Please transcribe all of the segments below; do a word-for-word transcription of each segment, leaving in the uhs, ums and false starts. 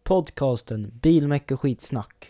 Podcasten Bilmäck och skitsnack.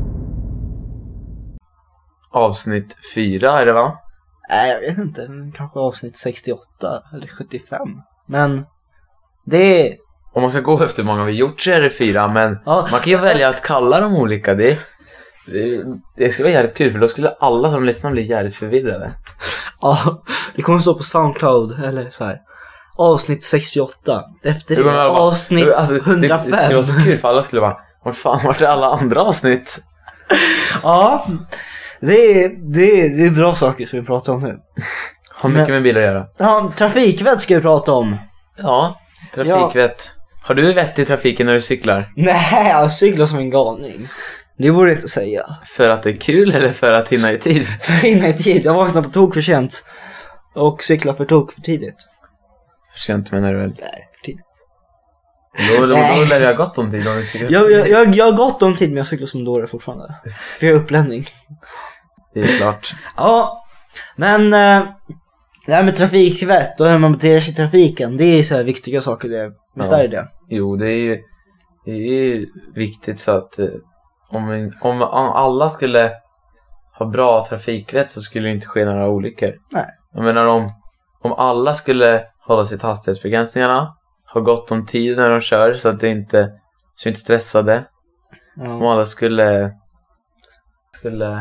Avsnitt fyra är det, va? Nej, jag vet inte. Kanske avsnitt sextioåtta eller sjuttiofem. Men det är... Om man ska gå efter hur många vi gjort så är det fyra. Men ja. Man kan ju välja att kalla dem olika. Det, det, det skulle vara jävligt kul, för då skulle alla som lyssnar bli jävligt förvirrade. Ja, det kommer stå på SoundCloud eller så här. Avsnitt sextioåtta. Efter det, bara, avsnitt alltså, hundrafem. Det, det skulle vara så kul, för alla skulle bara, vad fan, vart är alla andra avsnitt? Ja, det är, det, är, det är bra saker som vi pratar om nu. Har mycket Men, med bilar att göra. Ja, trafikvett ska vi prata om. Ja, trafikvett. Ja. Har du vett i trafiken när du cyklar? Nej, jag cyklar som en galning. Det borde jag inte säga. För att det är kul eller för att hinna i tid? För att hinna i tid. Jag vaknar på tok för sent. Och cyklar för tok för tidigt. För sent menar du väl? Nej, för tidigt. Då, då, då lär jag gott om tid om du cyklar. Jag, jag, jag, jag har gott om tid, men jag cyklar som dåre fortfarande. För jag är upplänning. Det är klart. Ja, men äh, det här med trafikvett och hur man beter sig i trafiken, det är så här viktiga saker det. Visst Ja. är det? Jo, det är ju, det är ju viktigt, så att eh, om, om, om alla skulle ha bra trafikvett så skulle det inte ske några olyckor. Nej. Jag menar, om, om alla skulle hålla sig till hastighetsbegränsningarna, ha gott om tid när de kör så att det inte, så inte stressade. Ja. Om alla skulle skulle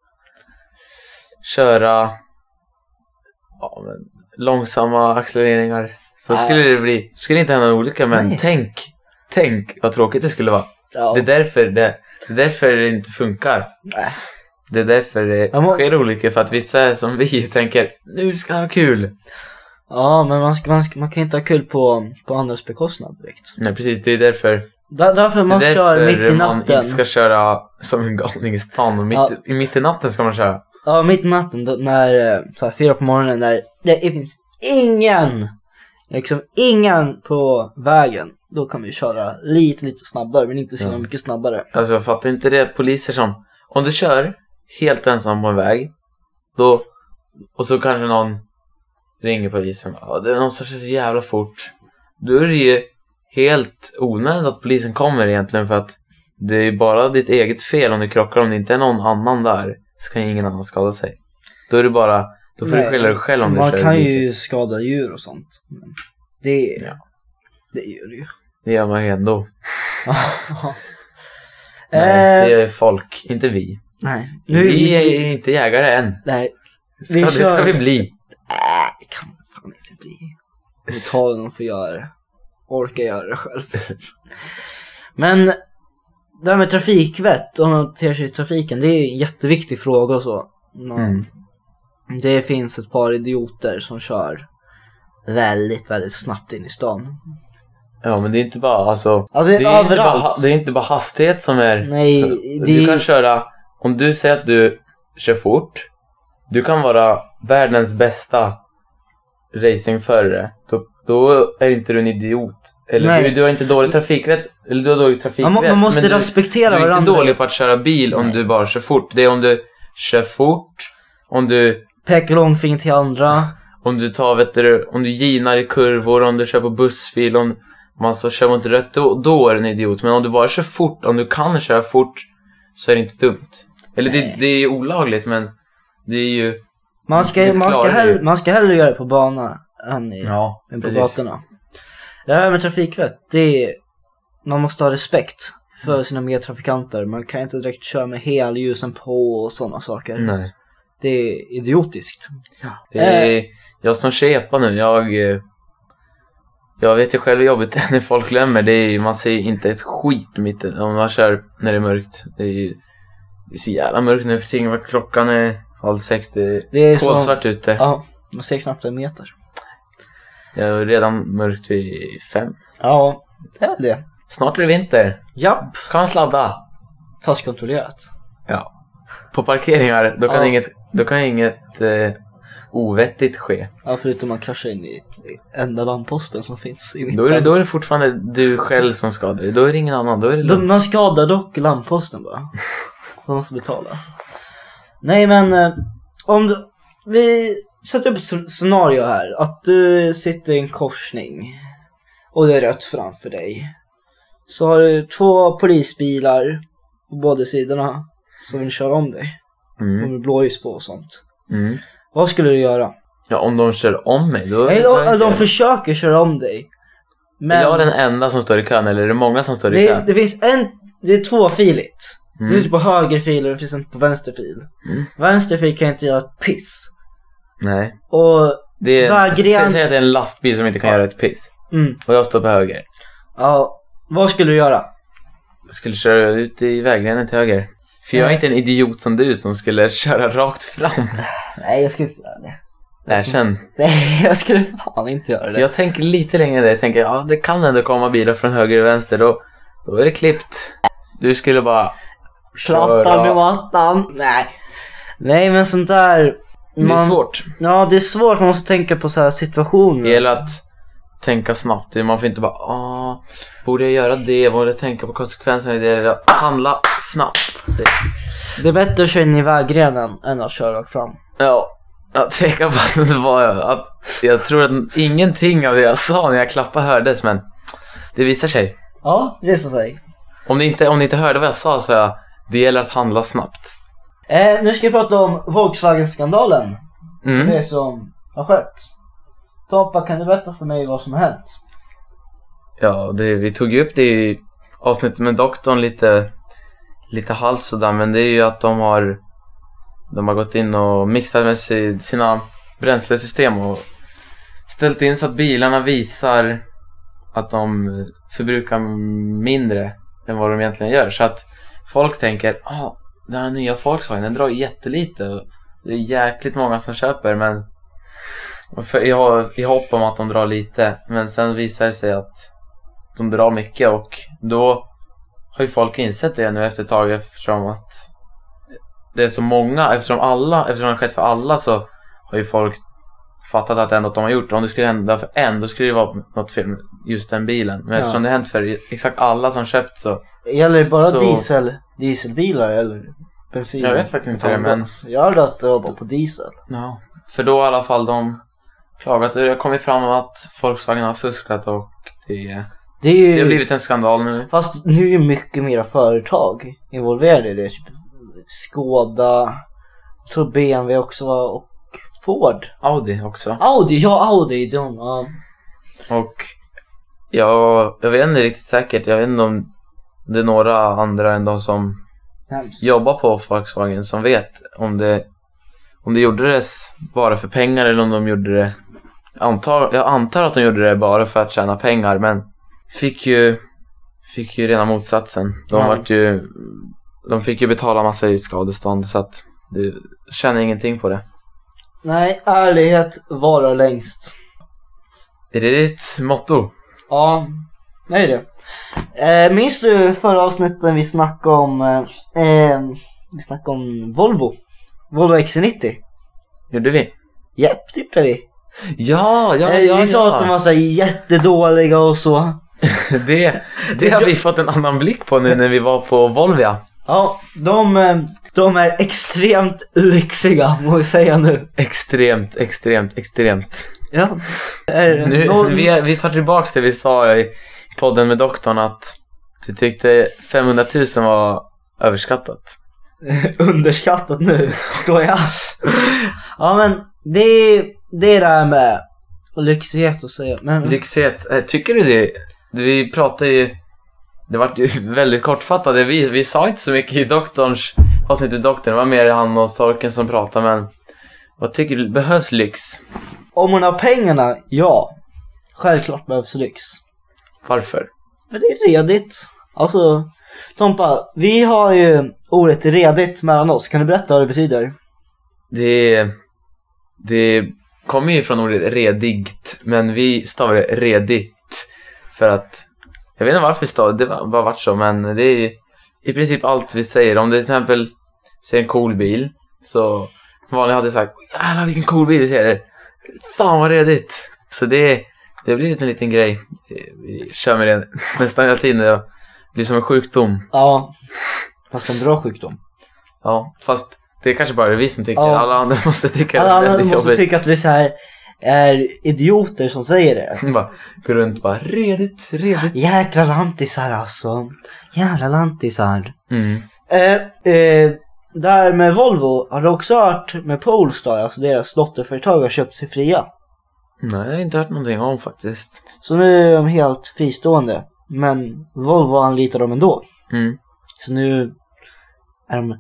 köra ja, men, långsamma accelereringar, så Nej. skulle det bli, skulle det inte hända en olycka. Men Nej. tänk tänk vad tråkigt det skulle vara. Ja. Det är därför det, det är därför det inte funkar. Nej. Det är därför det må... sker olyckor, för att vissa är som vi tänker, nu ska jag ha kul. Ja, men man, ska, man, ska, man kan inte ha kul på, på andras bekostnad direkt. Nej, precis, det är därför Där, därför man det är kör därför mitt i man natten. inte ska köra som en galning i stan. Och mitt, Ja. i mitt i natten ska man köra. Ja, mitt i natten då, när eh, så här, fyra på morgonen, när det finns ingen, liksom ingen på vägen. Då kan vi köra lite lite snabbare, men inte så Ja. mycket snabbare. Alltså jag fattar inte det. Poliser som, om du kör helt ensam på en väg, då, och så kanske någon ringer polisen, ja, det är någon som kör så jävla fort. Då är det ju helt onödigt att polisen kommer egentligen, för att det är bara ditt eget fel om du krockar. Om det inte är någon annan där, så kan ingen annan skada sig. Då är det bara, då får Nej, du skylla dig själv om du man kör kan i ju diket. skada djur och sånt. Men det, Ja. det gör det ju. Det gör man ju ändå. Nej, Nej, det är folk, inte vi. nej. Vi är inte jägare än. Nej. Ska, Vi det kör- ska vi bli. Äh, det kan man fan inte bli. Vi tar någon för att göra det. Orkar göra det själv. Men det här med trafikvett, om man beter sig i trafiken, det är en jätteviktig fråga och så. Man, Mm. Det finns ett par idioter som kör väldigt, väldigt snabbt in i stan. Ja, men det är inte bara, alltså, Alltså, det, är inte bara, överallt. det är inte bara hastighet som är. Nej, så, det- Du kan köra, om du säger att du kör fort, du kan vara världens bästa racingförare. Då, då är inte du en idiot. Eller Nej. du, du har inte dålig trafikvett. Eller du har dålig trafikvett. Man, man måste men du, respektera du är varandra. inte dålig på att köra bil om Nej. du bara kör fort. Det är om du kör fort, om du Pekar långfinger till andra. Om du tar, vet du, om du ginar i kurvor, om du kör på bussfil, om man så kör mot rött, då, då är du en idiot. Men om du bara kör fort, om du kan köra fort, så är det inte dumt. Eller det, det är ju olagligt, men det är ju... Man ska, du man, ska klarar hell, det. man ska hellre göra det på banan än, i, Ja, än på precis. gatorna. Det här med trafikvett, det är, man måste ha respekt för sina medtrafikanter. Man kan inte direkt köra med helljusen på och sådana saker. Nej. Det är idiotiskt. Det är, jag som kepa nu, jag... eh, Jag vet ju själv hur jobbigt det är när folk glömmer. Det är, man ser inte ett skit mitt i- om man kör när det är mörkt. Det är ju det är så jävla mörkt nu för tiden. Klockan är halv sex, det är, Det är så- kolsvart ute. Ja, man ser knappt en meter. Jag är redan mörkt vid fem. Ja, det är väl det. Snart är det vinter. Japp, Kan man sladda? fast kontrollerat. Ja. På parkeringar, då kan Ja. inget, då kan inget eh, ovettigt ske. Ja, förutom man kraschar in i, i enda landposten som finns i mitten. Då är, det, då är det fortfarande du själv som skadar dig. Då är det ingen annan, då är det De, lugnt. man skadar dock landposten bara. De måste betala. Nej, men eh, om du, vi sätter upp ett sc- scenario här. Att du sitter i en korsning och det är rött framför dig. Så har du två polisbilar på båda sidorna som vill köra om dig. Mm. Och med blåljus på och sånt. Mm. Vad skulle du göra? Ja, om de kör om mig då... Nej, de, de försöker köra om dig. Men är jag den enda som står i kön eller är det många som står i det, kön? det finns en... Det är tvåfiligt. Mm. Det är på höger fil och det finns inte på vänster fil. Mm. Vänster fil kan inte göra ett piss. Nej. Och Det är, vägren... säg, säg att det är en lastbil som inte kan Ja. göra ett piss. Mm. Och jag står på höger. Ja, vad skulle du göra? Jag skulle köra ut i vägrenen till höger. För jag är Nej. inte en idiot som du som skulle köra rakt fram. Nej, jag skulle inte göra det. Erkänn. Nej, jag skulle fan inte göra det. Jag tänker lite längre där. Jag tänker, ja det kan ändå komma bilar från höger och vänster. Då, då är det klippt. Du skulle bara Plattan i köra. mattan. Nej. Nej, men sånt där... Det är man- svårt. Ja, det är svårt. Man måste tänka på så här situationer. Det gäller att tänka snabbt. Man får inte bara, ah, borde jag göra det? Borde jag tänka på konsekvenserna i det? Eller handla snabbt. Det. Det är bättre att köra in i vägrenen än att köra rakt fram. Ja, jag tänker på att det var att jag tror att ingenting av det jag sa när jag klappade hördes, men det visar sig. Ja, det är så sig. Om ni inte, om ni inte hörde vad jag sa så jag, det gäller att handla snabbt. Eh, nu ska vi prata om Volkswagen-skandalen. Mm. Det som har skett. Toppa, kan du berätta för mig vad som har hänt? Ja, det, vi tog ju upp det i avsnittet med doktorn lite, lite halvt sådär, men det är ju att de har de har gått in och mixat med sig, sina bränslesystem och ställt in så att bilarna visar att de förbrukar mindre än vad de egentligen gör. Så att folk tänker, ah, den här nya Volkswagen, den drar jättelite och det är jäkligt många som köper, men för, i, i hopp om att de drar lite, men sen visar det sig att de drar mycket, och då har ju folk insett det nu efter ett tag, eftersom att det är så många, eftersom alla, eftersom det har skett för alla, så har ju folk fattat att det är något de har gjort. Om det skulle hända för en, då skulle det vara något fel med just den bilen. Men Ja. eftersom det har hänt för exakt alla som köpt, så Gäller det bara Så- diesel, dieselbilar eller bensin? Jag vet faktiskt inte det, men- Jag hörde att det var på diesel. ja. För då i alla fall de klagat, och det har kommit fram att Volkswagen har fuskat, och det, Det är ju... det har blivit en skandal nu. Fast nu är ju mycket mera företag involverade i det. Typ Skoda, jag tror B M W också var, och Ford. Audi också. Audi, ja Audi, de, ja. Och jag, jag vet inte riktigt säkert, jag vet inte om det är några andra än de som Hemskt. jobbar på Volkswagen som vet om det om det gjordes bara för pengar eller om de gjorde det. Jag antar, jag antar att de gjorde det bara för att tjäna pengar, men fick ju fick ju rena motsatsen. De Ja. vart ju de fick ju betala massa i skadestånd, så att det tjänar ingenting på det. Nej, ärlighet varar längst. Är det ditt motto? Ja, det är det. Eh, minns du förra avsnitten vi snackade om eh, eh, vi snackade om Volvo? Volvo X C nittio. Gjorde vi? Japp, det gjorde vi. Ja, ja, eh, ja. vi sa ja. att de var så här jättedåliga och så. Det, det har vi fått en annan blick på nu när vi var på Volvia. Ja, de, eh, de är extremt lyxiga, må jag säga nu. Extremt, extremt, extremt. Ja. Eh, Nu, någon- vi, vi tar tillbaks det vi sa i podden med doktorn, att du tyckte femhundratusen var överskattat. underskattat nu, förstår jag. Ja, men det är det är det här med lyxighet att säga. Men Lyxighet, eh, tycker du det? Vi pratade ju, det var ju väldigt kortfattat. Vi, vi sa inte så mycket i doktorns avsnitt i doktorn. Det var mer han och Sorken som pratade, men vad tycker du? Behövs lyx? om man har pengarna, ja. Självklart behövs lyx. Varför? För det är redigt. Alltså, Tompa, vi har ju ordet redigt mellan oss. Kan du berätta vad det betyder? Det, det kommer ju från ordet redigt, men vi stavar det redigt för att, jag vet inte varför vi stavar det, var bara varit så, men det är i princip allt vi säger. Om det till exempel säger en cool bil, så vanligen hade sagt, jävlar vilken cool bil, vi säger det, fan vad redigt. Så det, det blir en liten grej. Vi kör med det nästan hela tiden. Det blir som en sjukdom. Ja, fast en bra sjukdom. Ja, fast det är kanske bara vi som tycker. Ja. Alla andra måste tycka Alla det är andra väldigt måste jobbigt. tycka att vi är så här är idioter som säger det. Bara går runt bara redigt, redigt. Jäkla lantisar alltså. Jävla lantisar. Mm. Eh, eh, där med Volvo har du också hört med Polestar, alltså deras dotterföretag har köpt sig fria. Nej, jag har inte hört någonting om faktiskt. Så nu är de helt fristående. Men Volvo anlitar dem ändå. Mm. Så nu är de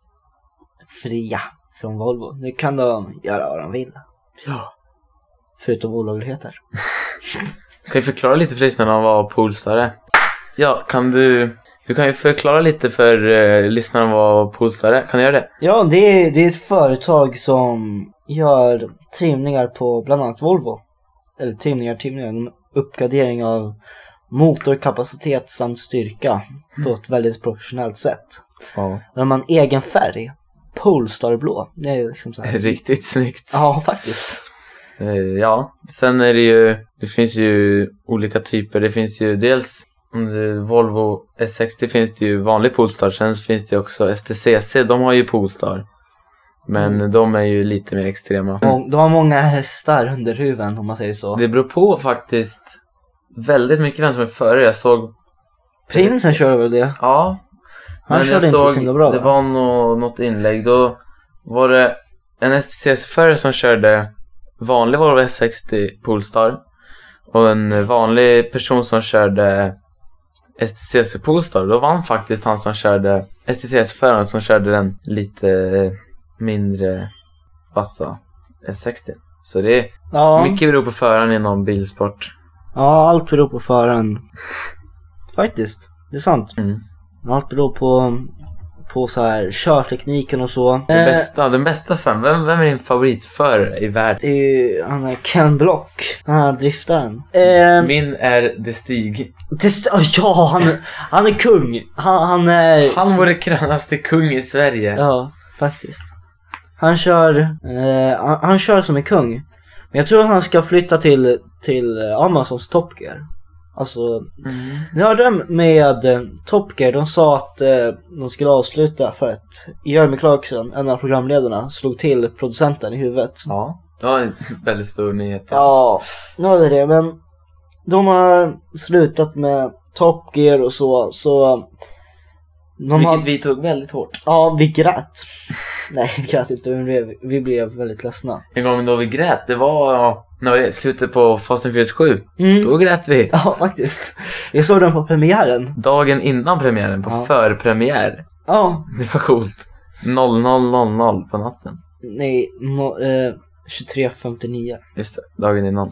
fria från Volvo. Nu kan de göra vad de vill. Ja. Förutom olagligheter. Kan du förklara lite för lyssnarna vad Polestar? Ja, kan du... Du kan ju förklara lite för eh, lyssnarna vad Polestar är. Kan du göra det? Ja, det är, det är ett företag som gör trimningar på bland annat Volvo. Eller trimningar, trimningar. Uppgradering av motorkapacitet samt styrka på ett väldigt professionellt sätt. Ja. När man egen färg, Polestar blå. Det är ju liksom så här. Riktigt snyggt. Ja, faktiskt. Eh, ja, sen är det ju... Det finns ju olika typer. Det finns ju dels... Om det är Volvo S sextio finns det ju vanlig Polestar. Sen finns det också S T C C. De har ju Polestar. Men mm. de är ju lite mer extrema. De har många hästar under huven om man säger så. Det beror på faktiskt väldigt mycket vem som är före. Jag såg... Prinsen kör väl det? Ja. Han men körde jag inte såg, så bra. Det var no, något inlägg. Då var det en S T C C-förare som körde vanlig Volvo S sextio Polestar. Och en vanlig person som körde S T C C Polestar. Då vann faktiskt han som körde S T C C-föraren som körde den lite mindre vassa S sextio. Så det är ja. mycket beror på föraren inom bilsport. Ja, allt beror på föraren. Faktiskt, det är sant. Mm. Allt beror på på så här körtekniken och så. Den eh, bästa, den bästa föraren. Vem, vem är din favoritförare i världen? Det är ju, han är Ken Block. Han är driftaren. Eh, Min är De Stig. det, oh, ja, han, han är kung. Han, han är... Han var det krönaste kung i Sverige. Ja, faktiskt. Han kör eh, han, han kör som en kung. Men jag tror att han ska flytta till till Amazons Top Gear. Alltså, mm. ni hörde med eh, Top Gear, de sa att eh, de skulle avsluta för att Jeremy Clarkson, en av programledarna, slog till producenten i huvudet. Ja, det var en väldigt stor nyhet. Ja, nu är det det, men de har slutat med Top Gear och så, så de vilket har... vi tog väldigt hårt. Ja, vi grät. Nej, vi grät inte, vi blev, vi blev väldigt ledsna. En gång då vi grät, det var när det slutet på Fast and Furious sju. Mm. Då grät vi. Ja, faktiskt. Jag såg den på premiären. Dagen innan premiären, på ja. förpremiär. Ja. Det var coolt. noll noll noll noll på natten. Nej, no, eh, tjugotre femtionio. Just det, dagen innan.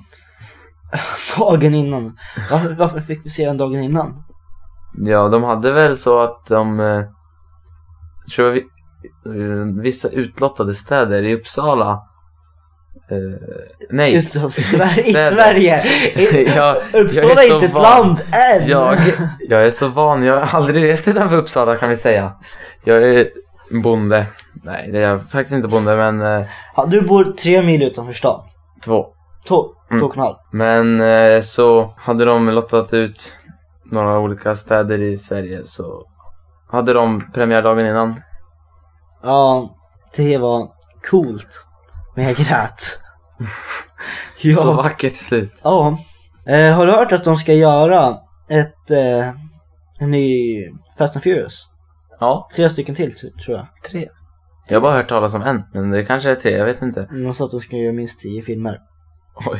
Dagen innan. Varför, varför fick vi se den dagen innan? Ja, de hade väl så att de... Eh, tror jag vi, eh, vissa utlottade städer i Uppsala... Eh, nej. Ut av Sverige, i Sverige. ja, Uppsala är inte ett van. land än. Jag, jag är så van. Jag har aldrig rest utanför Uppsala, kan vi säga. Jag är bonde. Nej, det är jag faktiskt inte bonde, men... Eh, ja, du bor tre mil utanför stan. Två. Två, mm. två och en halv. Men eh, så hade de lottat ut några olika städer i Sverige, så hade de premiärdagen innan. Ja, det var coolt. Men jag grät. Ja. Så vackert slut. Ja. Eh, har du hört att de ska göra ett eh, en ny Fast and Furious? Ja. Tre stycken till, tror jag. Tre? Jag har bara hört talas om en, men det kanske är tre, jag vet inte. De sa att de ska göra minst tio filmer. Oj.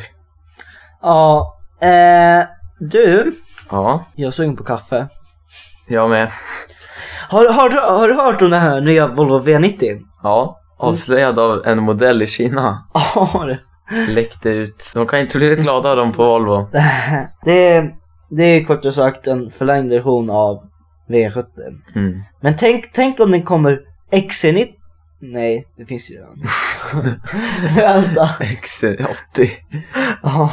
Ja. Eh, du? Ja. Jag är sugen på kaffe. Jag med. Har, har, du, har du hört om den här nya Volvo V nittio? Ja. Avslöjad av en modell i Kina. Ja, det. Läckte ut. De kan inte bli glada av dem på Volvo. Det är, det är kort och sagt en förlängd version av V sjuttio. Mm. Men tänk, tänk om den kommer X C nittio. Nej, det finns ju redan. Vänta. X C åttio. Ja.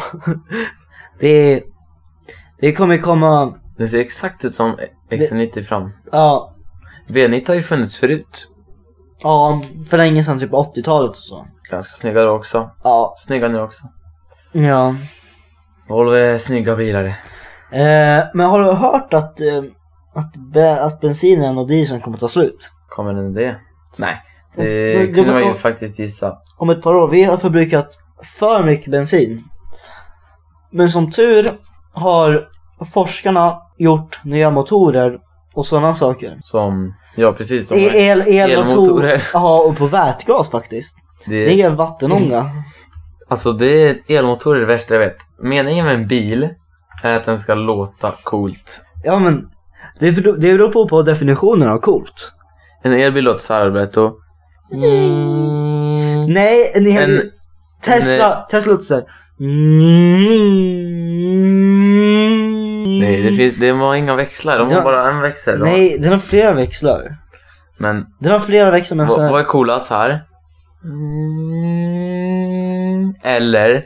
Det, det kommer komma... Den ser exakt ut som X C nittio fram. Ja. V nittio har ju funnits förut. Ja, för länge sedan, typ åttiotalet och så. Ganska snygga då också. Ja. Snygga nu också. Ja. Volvo är snygga bilar. Eh, men har du hört att, eh, att, be, att bensinen och dieseln kommer ta slut? Kommer den det? Nej, det det, det kunde man ju om, faktiskt gissa. Om ett par år, vi har förbrukat för mycket bensin. Men som tur har forskarna gjort nya motorer och sådana saker. Som, ja precis. De El, el, elmotorer. elmotorer. Ja, och på vätgas faktiskt. Det, det är vattenånga. Alltså det är elmotorer det värsta jag vet. Meningen med en bil är att den ska låta coolt. Ja, men det beror, det beror på, på definitionen av coolt. En elbil låter så här, Alberto. Mm. Nej, en, hel, en Tesla, en, Tesla låter så här. Nej, det finns det var inga växlar. De har Ja, bara en växel. Nej, den har flera växlar. Men Den har flera växlar, men vad, så här. vad är coolast här? Eller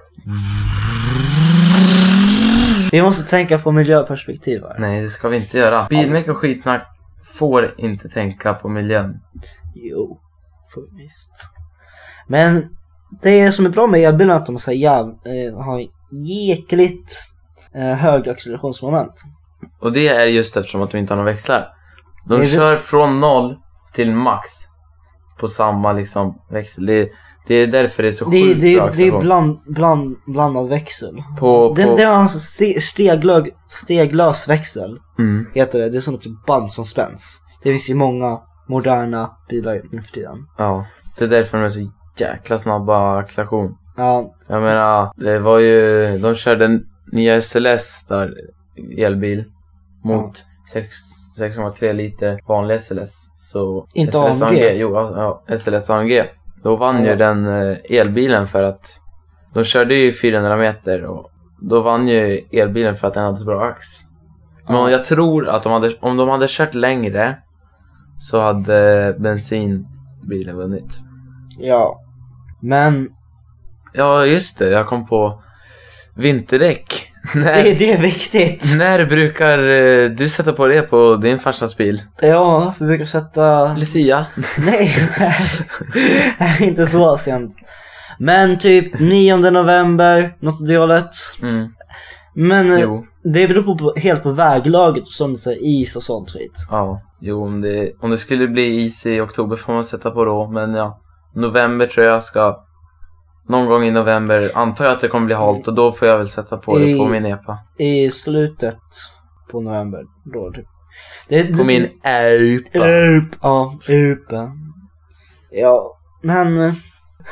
Vi måste tänka på miljöperspektiv här. nej, det ska vi inte göra. Bilmärken och skitsnack får inte tänka på miljön. Jo, för visst. Men det som är bra med elbilen är att de har, så här jäv, eh, har jäkligt eh, hög accelerationsmoment. Och det är just eftersom att vi inte har några växlar. De Det är- kör från noll till max på samma liksom växel. Det, det är därför det är så Det, sjukt det, bra det, det är acceleration. bland, bland, blandad växel. På, Den, på, det är alltså ste, steglös, steglös växel mm. heter det. Det är som ett band som spänns. Det finns ju många moderna bilar nu för tiden. Ja, så det är därför de är så jäkla snabba acceleration. Ja, Jag menar, det var ju, de körde en nya S L S där, elbil, mot sex komma tre liter vanlig S L S. Så Inte S L S A M G. Jo, ja, S L S A M G. Då vann Ja. ju den eh, elbilen för att de körde ju fyrahundra meter och då vann ju elbilen för att den hade så bra ax. Men Ja. jag tror att de hade, om de hade kört längre så hade bensinbilen vunnit. ja. Men Ja, just det. Jag kom på vinterdäck. När, det, det är viktigt. när brukar eh, du sätta på det på din farsas bil? Ja, vi brukar sätta... Lucia? Nej, inte så sent. Men typ nionde november, något åt det hållet. Mm. Men eh, Jo. det beror på, på, helt på väglaget som det säger, is och sånt skit. Ja, jo, om det, om det skulle bli is i oktober får man sätta på då. Men ja, november tror jag ska... Någon gång i november antar jag att det kommer bli halt och då får jag väl sätta på det på I- min epa. I slutet på november då typ. Det, På min epa. Upp, ja, uppe. Ja, men... eh,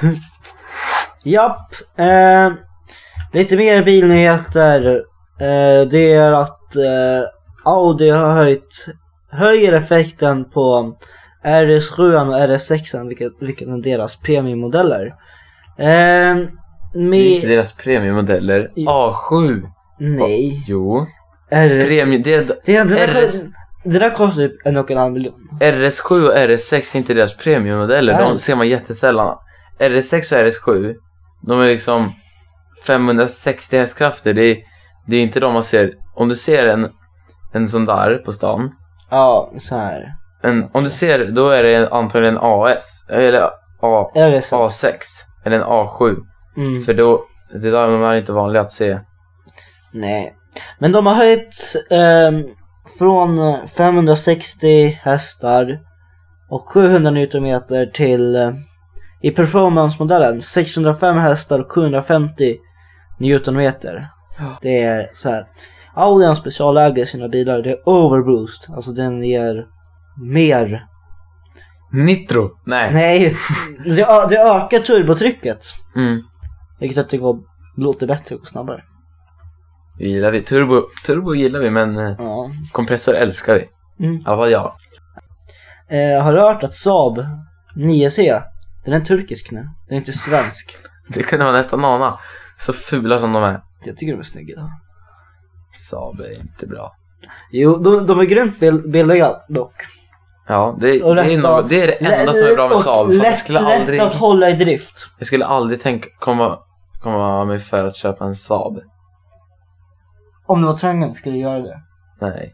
Japp. Eh, lite mer bilnyheter. Eh, det är att eh, Audi har höjt höjer effekten på R S sju och R S sex, vilket, vilket är deras premiummodeller. Eh, Det är med, inte deras premiummodeller. A sju. nej. Jo. R S, Premium, det är, det, det, där, R S det där kostar typ en och en halv miljon. R S sju och R S sex är inte deras premiummodeller. Nej. De ser man jättesällan. R S sex och R S sju, de är liksom femhundrasextio hästkrafter. Det är, det är inte de man ser. Om du ser en, en sån där på stan. Ja, så här. En, om du ser, då är det antagligen en A S. Eller A, R S sex. A sex. Eller en A sju. Mm. För då, det där är inte vanligt att se. Nej. Men de har höjt eh, från femhundrasextio hästar och sjuhundra newtonmeter till eh, i performance-modellen sexhundrafem hästar och sjuhundrafemtio newtonmeter. Det är så här. Audi har en specialläge i sina bilar. Det är overboost. Alltså den ger mer. Nitro. Nej. Nej, det, ö- det ökar turbotrycket. Mm. Vilket jag tycker var, låter bättre och snabbare. Det gillar vi. Turbo, turbo gillar vi, men eh, Ja. kompressor älskar vi. Mm. I alla fall jag. Eh, har du hört att Saab nio C, den är turkisk nu. Den är inte svensk. Det kunde man nästan ana. Så fula som de är. Jag tycker de är snygga. Saab är inte bra. Jo, de, de är grymt bil- billiga dock. Ja, det, Och det, är lätta- något, det är det enda som är bra med och Saab. För jag lätt, skulle lätt aldrig, att hålla i drift. jag skulle aldrig tänka komma, komma mig för att köpa en Saab. Om du var tvungen skulle du göra det. Nej.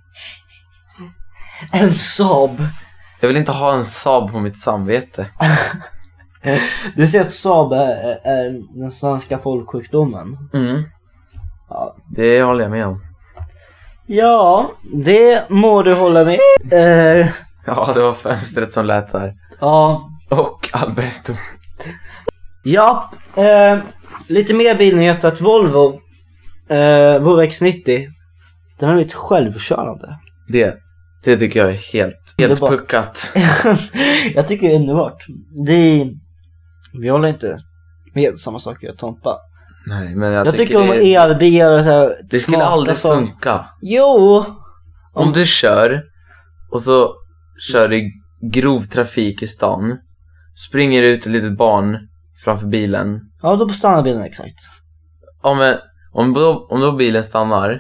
En Saab. Jag vill inte ha en Saab på mitt samvete. Du ser att Saab är, är den svenska folksjukdomen. Mm. Ja. Det håller jag med om. Ja, det må du hålla med. Eh, Ja, det var fönstret som lät här. ja, Och Alberto. Ja, eh, lite mer bilnyheter att Volvo eh, Volvo X nittio, den har blivit självkörande. Det, det tycker jag är helt, helt puckat. Jag tycker det är underbart. Vi, vi håller inte med samma saker att Tompa. Nej, men jag, jag tycker, tycker om det, elbilar och så här. Det skulle aldrig så. funka. Jo. Om, om du kör och så kör du grov trafik i stan, springer ut ett litet barn framför bilen. Ja, då stannar bilen exakt. Om, om, då, om då bilen stannar,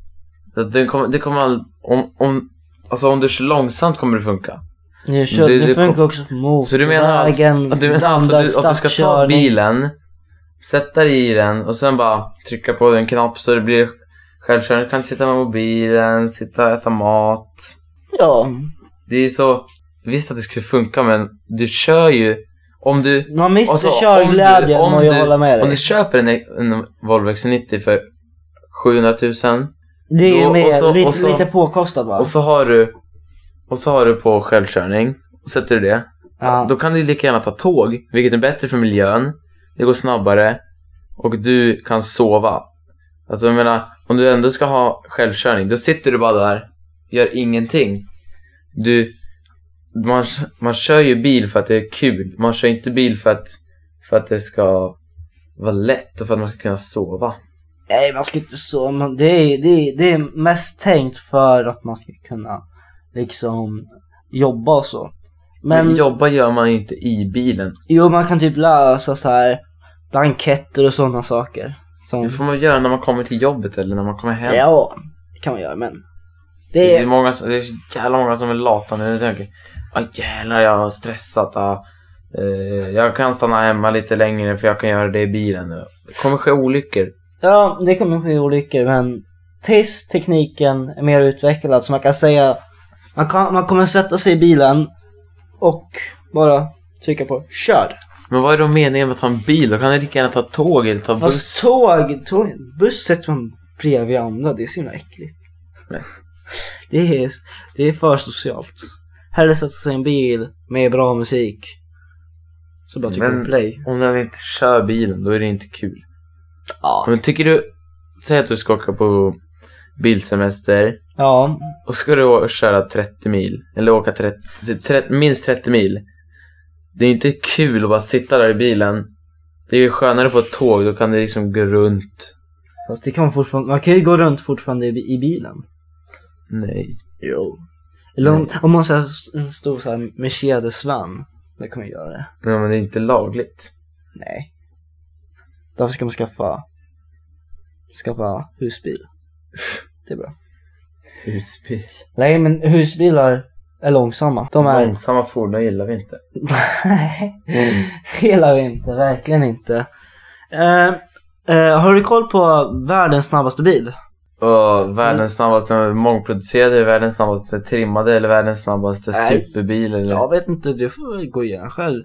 det kommer, det kommer all, om, om, alltså om du kör långsamt kommer det funka. Det, kör, det, det funkar kom, också på motorvägen. Så du menar alltså, du menar alltså du, att du ska ta bilen, sätta dig i den och sen bara trycka på en knapp så det blir självkörande. Du kan sitta med mobilen, sitta och äta mat. Ja. Det är ju så, visst att det skulle funka, men du kör ju om du... Man mister alltså, körglädjen om, du, om, hålla med dig. Om du köper en, en Volvo X nittio för sjuhundratusen. Det är ju mer, så, lite, så, lite påkostat va? Och så har du Och så har du på självkörning och sätter du det. Ja. Då kan du lika gärna ta tåg, vilket är bättre för miljön. Det går snabbare och du kan sova. Alltså jag menar, om du ändå ska ha självkörning, då sitter du bara där, gör ingenting. Du man, man kör ju bil för att det är kul. Man kör inte bil för att för att det ska vara lätt och för att man ska kunna sova. Nej, man ska inte sova. Det är, det är, det är mest tänkt för att man ska kunna liksom jobba och så. Men, Men jobba gör man ju inte i bilen. Jo, man kan typ läsa så här blanketter och sådana saker som... Det får man göra när man kommer till jobbet eller när man kommer hem. Ja, det kan man göra, men det är, det är, många, det är jävla många som är lata nu. Jag tänker, ah, jävlar, jag har stressat. Ah. Eh, jag kan stanna hemma lite längre för jag kan göra det i bilen. Det kommer ske olyckor. Ja, det kommer ske olyckor, men tills tekniken är mer utvecklad så man kan säga man, kan, man kommer sätta sig i bilen och bara trycka på kör. Men vad är då meningen med att ta en bil? Då kan jag lika gärna ta tåg eller ta Fast buss. tåg, tåg buss sätter man bredvid andra. Det är så himla äckligt. Nej. Det är, det är för socialt. Hellre sätta sig i en bil med bra musik. Så bara tycker play. Om jag inte kör bilen, då är det inte kul. Ja. Men tycker du, säg att du ska åka på bilsemester. Ja. Och ska du köra trettio mil eller åka trettio, typ trettio, minst trettio mil. Det är inte kul att bara sitta där i bilen. Det är ju skönare på ett tåg, då kan det liksom gå runt. Fast det kan man fortfarande, man kan ju gå runt fortfarande i, i bilen. Nej. Jo. Eller om, om man har en stor så här Mercedes-van, då kan man göra det. Ja, men det är inte lagligt. Nej. Därför ska man skaffa skaffa husbil. Det är bra. Husbil? Nej, men husbilar är långsamma. De är... Långsamma fordon gillar vi inte. Nej, det gillar vi inte. Verkligen inte. Uh, uh, har du koll på världens snabbaste bil? Och världens snabbaste mångproducerade, världens snabbaste trimmade eller världens snabbaste Nej. superbil eller? Jag vet inte, du får gå igenom själv.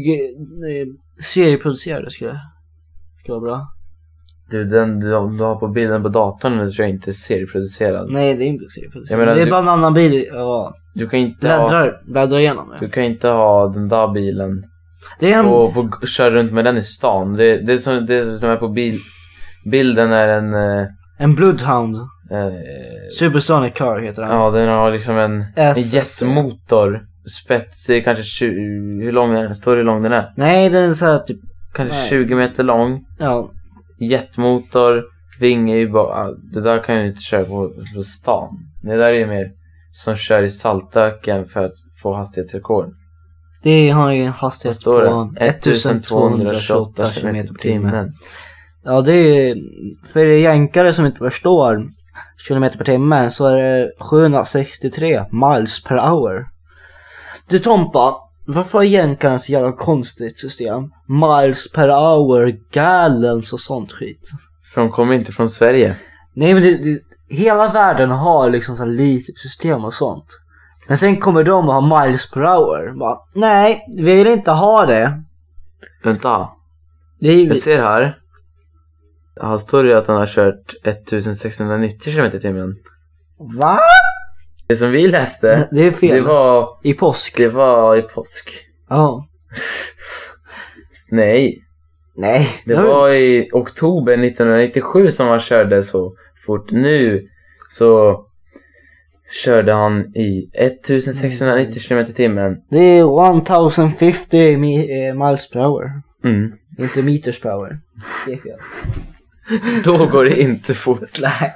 Serieproducerade skulle skulle vara bra. Du, den du, du har på bilden på datorn, tror jag inte är serieproducerad. Nej, det är inte serieproducerad. Menar, det är du, bara en annan bil. Ja. Du kan inte bläddrar, ha, bläddrar igenom det. Du kan inte ha den där bilen det är en... och, och köra runt med den i stan. Det, det, som, det som är på bil, bilden är en... Eh, en Bloodhound. Eh, Supersonic Car heter den. Ja, den har liksom en, en jetmotor. Spets, det är kanske tjugo, hur lång är den? Står det hur lång den är? Nej, den är så här typ... Kanske nej. tjugo meter lång. Ja. Jetmotor, vinge ju bara... Det där kan ju inte köra på, på stan. Det där är ju mer som kör i saltöken för att få hastighetsrekord. Det har ju en hastighet på ettusentvåhundratjugoåtta kilometer per timme. Ja, det är för jänkare som inte förstår kilometer per timme så är det sjuhundrasextiotre miles per hour. Du Tompa, varför har jänkarna så jävla konstigt system? Miles per hour, gallons och sånt skit. För de kommer inte från Sverige. Nej, men det, det, hela världen har liksom så lite system och sånt. Men sen kommer de att ha miles per hour. Bara, nej, vi vill inte ha det. Vänta. Det är... Jag ser här. Här står det att han har kört ettusensexhundranittio kilometer i timmen. Va? Det som vi läste, det är fel. Det var i påsk. Det var i påsk. Ja. Nej. Nej. Det var i oktober nittonhundranittiosju som han körde så fort. Nu så körde han i sextonhundranittio kilometer i timmen. Det är ettusenfemtio miles per hour. Mm. Inte meters per hour. Det är fel. Då går det inte fort. Nej.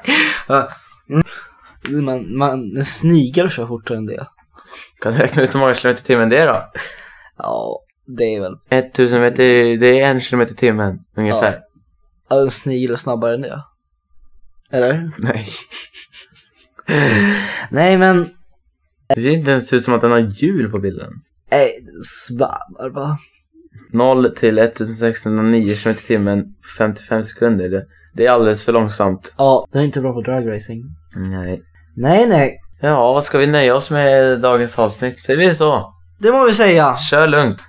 Man, man, en snigel kör fortare än det. Kan du räkna ut hur många kilometer i timmen det är då? Ja, det är väl tusen meter, det är en kilometer i timmen ungefär. Ja, en snigel är snabbare än det. Eller? Nej. Nej, men det ser inte ens ut som att den har hjul på bilden. nej, svabar bara. noll till sextonhundranio kilometer i timmen, femtiofem sekunder. Det, det är alldeles för långsamt. Ja, det är inte bra på dragracing. Nej. Nej, nej. Ja, vad ska vi nöja oss med dagens avsnitt? Säger vi så? Det må vi säga. Kör lugnt.